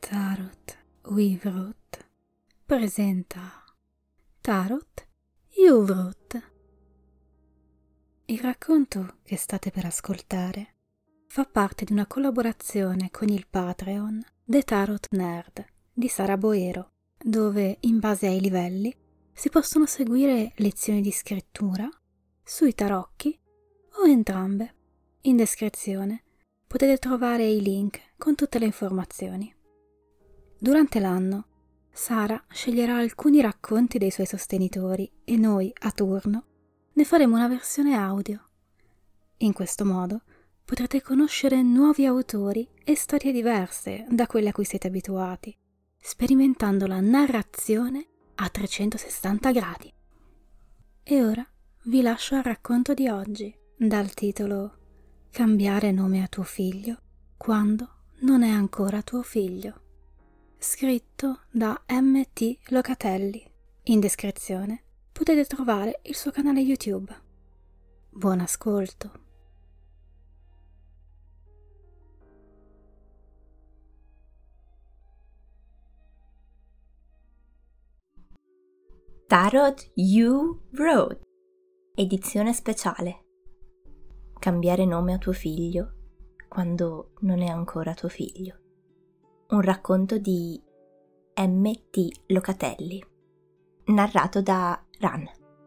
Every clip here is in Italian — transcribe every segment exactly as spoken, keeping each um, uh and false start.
Tarot Weavrot presenta Tarot Juvrot. Il racconto che state per ascoltare fa parte di una collaborazione con il Patreon The Tarot Nerd di Sara Boero, dove in base ai livelli si possono seguire lezioni di scrittura sui tarocchi o entrambe. In descrizione potete trovare i link con tutte le informazioni. Durante l'anno, Sara sceglierà alcuni racconti dei suoi sostenitori e noi, a turno, ne faremo una versione audio. In questo modo potrete conoscere nuovi autori e storie diverse da quelle a cui siete abituati, sperimentando la narrazione a trecentosessanta gradi. E ora vi lascio al racconto di oggi, dal titolo Cambiare nome a tuo figlio quando non è ancora tuo figlio, scritto da M T Locatelli. In descrizione potete trovare il suo canale YouTube. Buon ascolto. Tarot Juvrot, edizione speciale. Cambiare nome a tuo figlio quando non è ancora tuo figlio. Un racconto di M T Locatelli, narrato da Ran.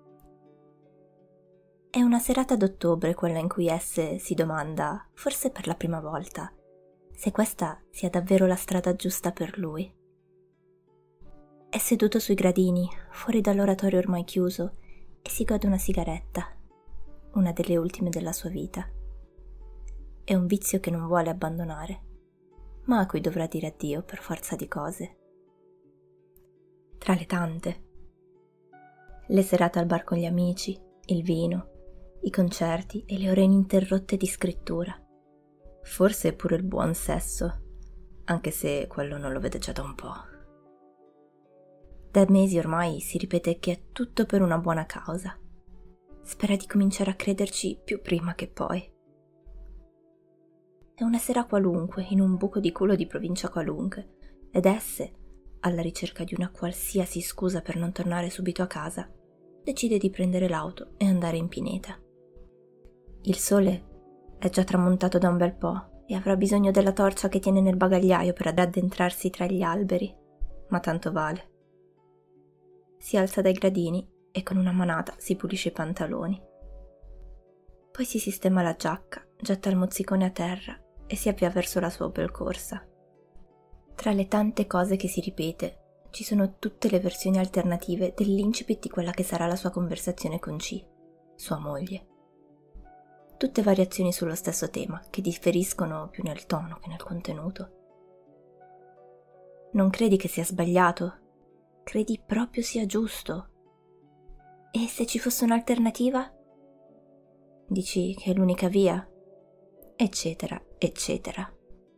È una serata d'ottobre quella in cui S si domanda, forse per la prima volta, se questa sia davvero la strada giusta per lui. È seduto sui gradini, fuori dall'oratorio ormai chiuso, e si gode una sigaretta, una delle ultime della sua vita. È un vizio che non vuole abbandonare, ma a cui dovrà dire addio per forza di cose. Tra le tante, le serate al bar con gli amici, il vino, i concerti e le ore ininterrotte di scrittura. Forse pure il buon sesso, anche se quello non lo vede già da un po'. Da mesi ormai si ripete che è tutto per una buona causa. Spera di cominciare a crederci più prima che poi. È una sera qualunque, in un buco di culo di provincia qualunque, ed esse, alla ricerca di una qualsiasi scusa per non tornare subito a casa, decide di prendere l'auto e andare in pineta. Il sole è già tramontato da un bel po' e avrà bisogno della torcia che tiene nel bagagliaio per addentrarsi tra gli alberi, ma tanto vale. Si alza dai gradini e con una manata si pulisce i pantaloni. Poi si sistema la giacca, getta il mozzicone a terra e si avvia verso la sua Opel Corsa. Tra le tante cose che si ripete, ci sono tutte le versioni alternative dell'incipit di quella che sarà la sua conversazione con C, sua moglie. Tutte variazioni sullo stesso tema, che differiscono più nel tono che nel contenuto. Non credi che sia sbagliato? Credi proprio sia giusto? E se ci fosse un'alternativa? Dici che è l'unica via? Eccetera, eccetera.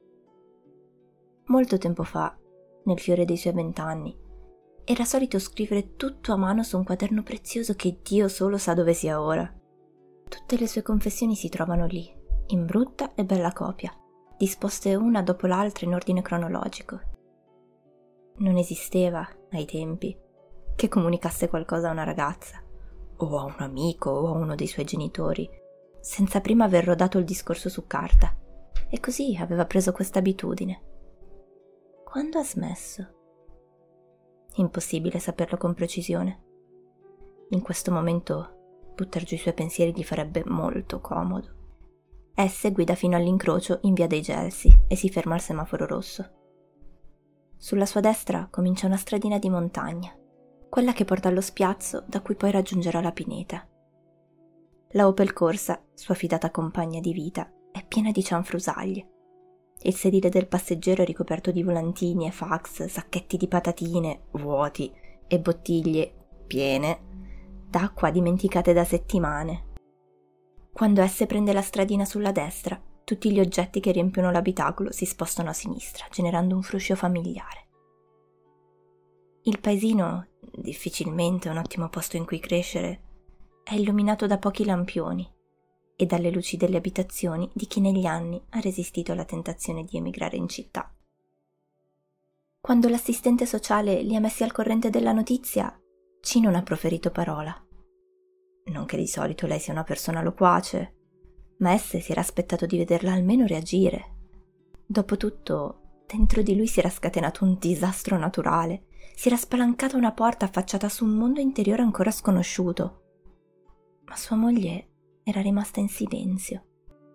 Molto tempo fa, nel fiore dei suoi vent'anni, era solito scrivere tutto a mano su un quaderno prezioso che Dio solo sa dove sia ora. Tutte le sue confessioni si trovano lì, in brutta e bella copia, disposte una dopo l'altra in ordine cronologico. Non esisteva, ai tempi, che comunicasse qualcosa a una ragazza, o a un amico, o a uno dei suoi genitori, senza prima aver rodato il discorso su carta, e così aveva preso questa abitudine. Quando ha smesso? Impossibile saperlo con precisione. In questo momento buttar giù i suoi pensieri gli farebbe molto comodo. S guida fino all'incrocio in via dei Gelsi e si ferma al semaforo rosso. Sulla sua destra comincia una stradina di montagna, quella che porta allo spiazzo da cui poi raggiungerà la pineta. La Opel Corsa, sua fidata compagna di vita, è piena di cianfrusaglie. Il sedile del passeggero è ricoperto di volantini e fax, sacchetti di patatine, vuoti, e bottiglie, piene, d'acqua dimenticate da settimane. Quando esse prende la stradina sulla destra, tutti gli oggetti che riempiono l'abitacolo si spostano a sinistra, generando un fruscio familiare. Il paesino, difficilmente un ottimo posto in cui crescere, è illuminato da pochi lampioni e dalle luci delle abitazioni di chi negli anni ha resistito alla tentazione di emigrare in città. Quando l'assistente sociale li ha messi al corrente della notizia, C non ha proferito parola. Non che di solito lei sia una persona loquace, ma S si era aspettato di vederla almeno reagire. Dopotutto, dentro di lui si era scatenato un disastro naturale, si era spalancata una porta affacciata su un mondo interiore ancora sconosciuto. Ma sua moglie era rimasta in silenzio.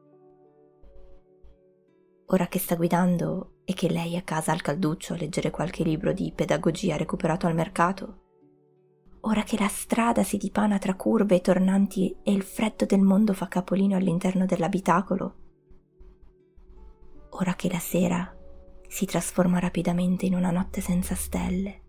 Ora che sta guidando e che lei è a casa al calduccio a leggere qualche libro di pedagogia recuperato al mercato, ora che la strada si dipana tra curve e tornanti e il freddo del mondo fa capolino all'interno dell'abitacolo, ora che la sera si trasforma rapidamente in una notte senza stelle,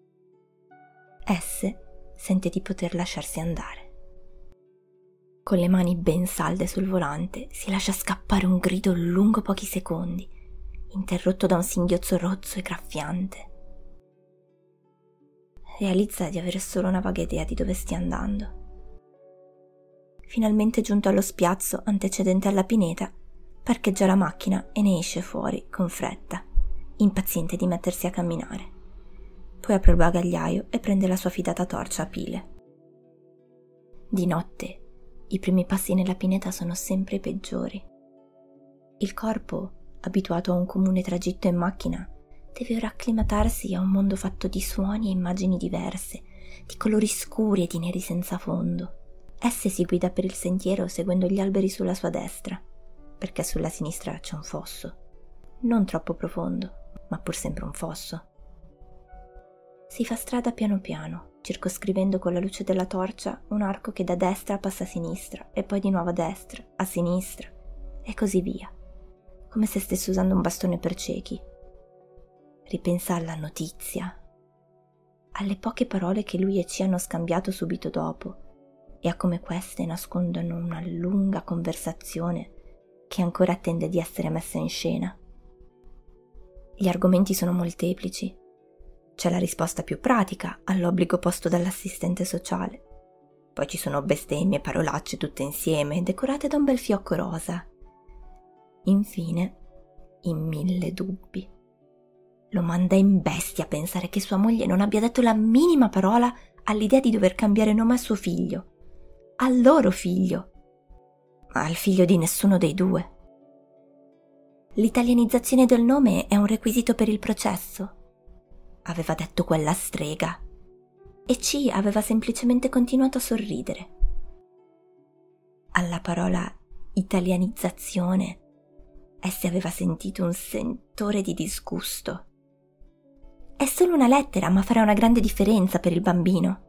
S sente di poter lasciarsi andare. Con le mani ben salde sul volante si lascia scappare un grido lungo pochi secondi, interrotto da un singhiozzo rozzo e graffiante. Realizza di avere solo una vaga idea di dove stia andando. Finalmente giunto allo spiazzo antecedente alla pineta, parcheggia la macchina e ne esce fuori con fretta, impaziente di mettersi a camminare. Poi apre il bagagliaio e prende la sua fidata torcia a pile. Di notte i primi passi nella pineta sono sempre i peggiori. Il corpo, abituato a un comune tragitto in macchina, deve ora acclimatarsi a un mondo fatto di suoni e immagini diverse, di colori scuri e di neri senza fondo. S si guida per il sentiero seguendo gli alberi sulla sua destra, perché sulla sinistra c'è un fosso. Non troppo profondo, ma pur sempre un fosso. Si fa strada piano piano, circoscrivendo con la luce della torcia un arco che da destra passa a sinistra e poi di nuovo a destra, a sinistra e così via, come se stesse usando un bastone per ciechi. Ripensa alla notizia, alle poche parole che lui e C hanno scambiato subito dopo e a come queste nascondono una lunga conversazione che ancora attende di essere messa in scena. Gli argomenti sono molteplici. C'è la risposta più pratica all'obbligo posto dall'assistente sociale. Poi ci sono bestemmie e parolacce tutte insieme, decorate da un bel fiocco rosa. Infine, i mille dubbi. Lo manda in bestia pensare che sua moglie non abbia detto la minima parola all'idea di dover cambiare nome a suo figlio, al loro figlio, ma al figlio di nessuno dei due. L'italianizzazione del nome è un requisito per il processo, aveva detto quella strega, e C aveva semplicemente continuato a sorridere. Alla parola italianizzazione, S aveva sentito un sentore di disgusto. È solo una lettera, ma farà una grande differenza per il bambino.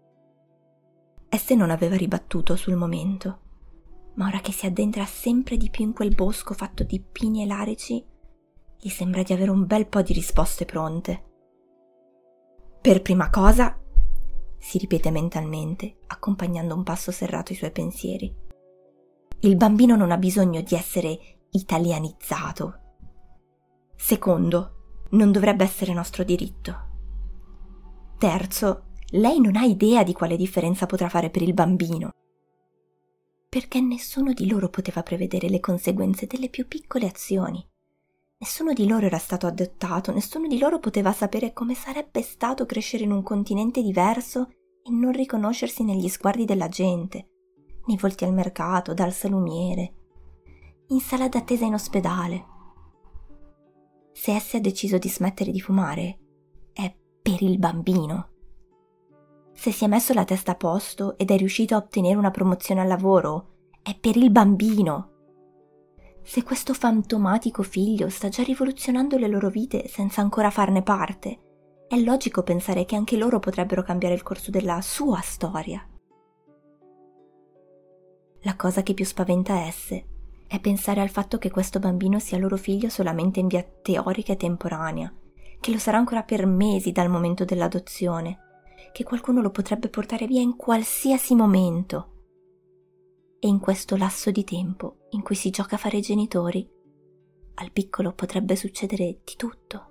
S non aveva ribattuto sul momento, ma ora che si addentra sempre di più in quel bosco fatto di pini e larici, gli sembra di avere un bel po' di risposte pronte. Per prima cosa, si ripete mentalmente, accompagnando un passo serrato ai suoi pensieri, il bambino non ha bisogno di essere italianizzato. Secondo, non dovrebbe essere nostro diritto. Terzo, lei non ha idea di quale differenza potrà fare per il bambino, perché nessuno di loro poteva prevedere le conseguenze delle più piccole azioni. Nessuno di loro era stato adottato, nessuno di loro poteva sapere come sarebbe stato crescere in un continente diverso e non riconoscersi negli sguardi della gente, nei volti al mercato, dal salumiere, in sala d'attesa in ospedale. Se S ha deciso di smettere di fumare, è per il bambino. Se si è messo la testa a posto ed è riuscito a ottenere una promozione al lavoro, è per il bambino. Se questo fantomatico figlio sta già rivoluzionando le loro vite senza ancora farne parte, è logico pensare che anche loro potrebbero cambiare il corso della sua storia. La cosa che più spaventa S è pensare al fatto che questo bambino sia loro figlio solamente in via teorica e temporanea, che lo sarà ancora per mesi dal momento dell'adozione, che qualcuno lo potrebbe portare via in qualsiasi momento. E in questo lasso di tempo in cui si gioca a fare i genitori, al piccolo potrebbe succedere di tutto.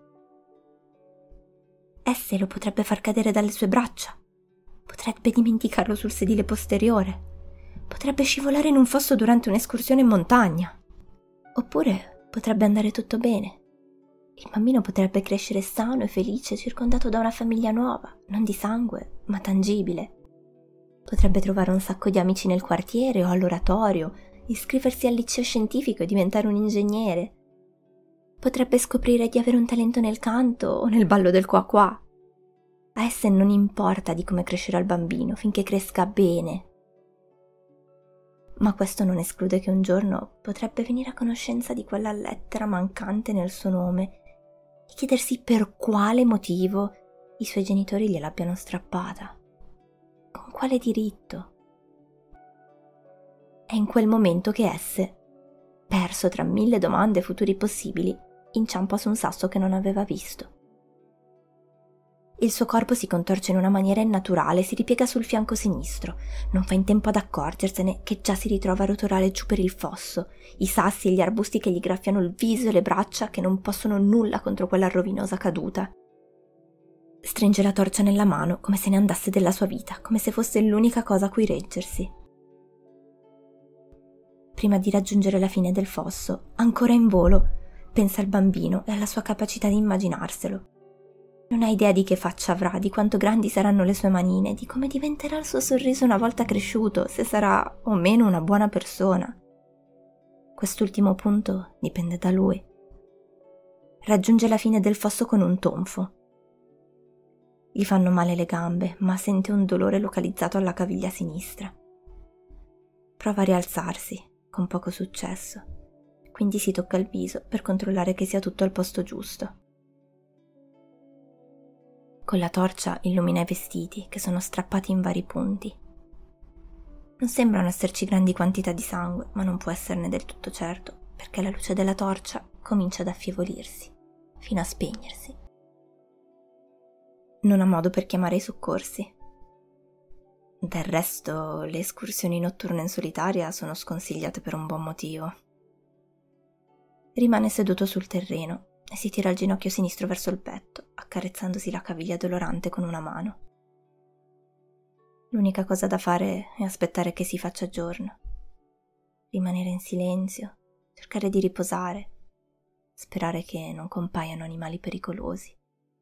S lo potrebbe far cadere dalle sue braccia, potrebbe dimenticarlo sul sedile posteriore, potrebbe scivolare in un fosso durante un'escursione in montagna, oppure potrebbe andare tutto bene Il bambino potrebbe crescere sano e felice, circondato da una famiglia nuova, non di sangue, ma tangibile. Potrebbe trovare un sacco di amici nel quartiere o all'oratorio, iscriversi al liceo scientifico e diventare un ingegnere. Potrebbe scoprire di avere un talento nel canto o nel ballo del qua qua. A esse non importa di come crescerà il bambino, finché cresca bene. Ma questo non esclude che un giorno potrebbe venire a conoscenza di quella lettera mancante nel suo nome e chiedersi per quale motivo i suoi genitori gliel'abbiano strappata. Con quale diritto? È in quel momento che esse, perso tra mille domande e futuri possibili, inciampa su un sasso che non aveva visto. Il suo corpo si contorce in una maniera innaturale, si ripiega sul fianco sinistro. Non fa in tempo ad accorgersene che già si ritrova a rotolare giù per il fosso, i sassi e gli arbusti che gli graffiano il viso e le braccia che non possono nulla contro quella rovinosa caduta. Stringe la torcia nella mano come se ne andasse della sua vita, come se fosse l'unica cosa a cui reggersi. Prima di raggiungere la fine del fosso, ancora in volo, pensa al bambino e alla sua capacità di immaginarselo. Non ha idea di che faccia avrà, di quanto grandi saranno le sue manine, di come diventerà il suo sorriso una volta cresciuto, se sarà o meno una buona persona. Quest'ultimo punto dipende da lui. Raggiunge la fine del fosso con un tonfo. Gli fanno male le gambe, ma sente un dolore localizzato alla caviglia sinistra. Prova a rialzarsi, con poco successo, quindi si tocca il viso per controllare che sia tutto al posto giusto. Con la torcia illumina i vestiti, che sono strappati in vari punti. Non sembrano esserci grandi quantità di sangue, ma non può esserne del tutto certo, perché la luce della torcia comincia ad affievolirsi, fino a spegnersi. Non ha modo per chiamare i soccorsi. Del resto, le escursioni notturne in solitaria sono sconsigliate per un buon motivo. Rimane seduto sul terreno e si tira il ginocchio sinistro verso il petto, accarezzandosi la caviglia dolorante con una mano. L'unica cosa da fare è aspettare che si faccia giorno. Rimanere in silenzio, cercare di riposare, sperare che non compaiano animali pericolosi.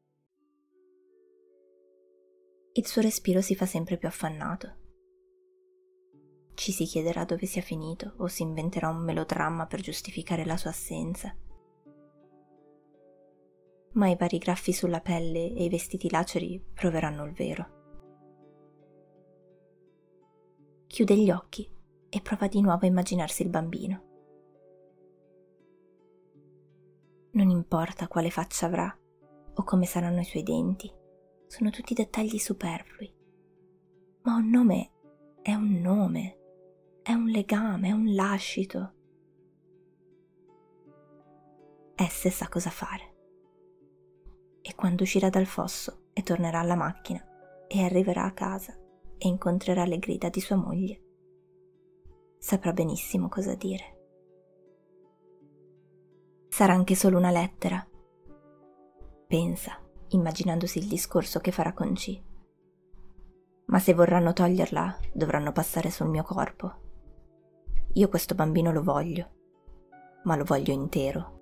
Il suo respiro si fa sempre più affannato. Ci si chiederà dove sia finito o si inventerà un melodramma per giustificare la sua assenza. Ma i vari graffi sulla pelle e i vestiti laceri proveranno il vero. Chiude gli occhi e prova di nuovo a immaginarsi il bambino. Non importa quale faccia avrà o come saranno i suoi denti, sono tutti dettagli superflui. Ma un nome è un nome, è un legame, è un lascito. Esse sa cosa fare. E quando uscirà dal fosso e tornerà alla macchina e arriverà a casa e incontrerà le grida di sua moglie, saprà benissimo cosa dire. Sarà anche solo una lettera. Pensa, immaginandosi il discorso che farà con C. Ma se vorranno toglierla, dovranno passare sul mio corpo. Io questo bambino lo voglio, ma lo voglio intero.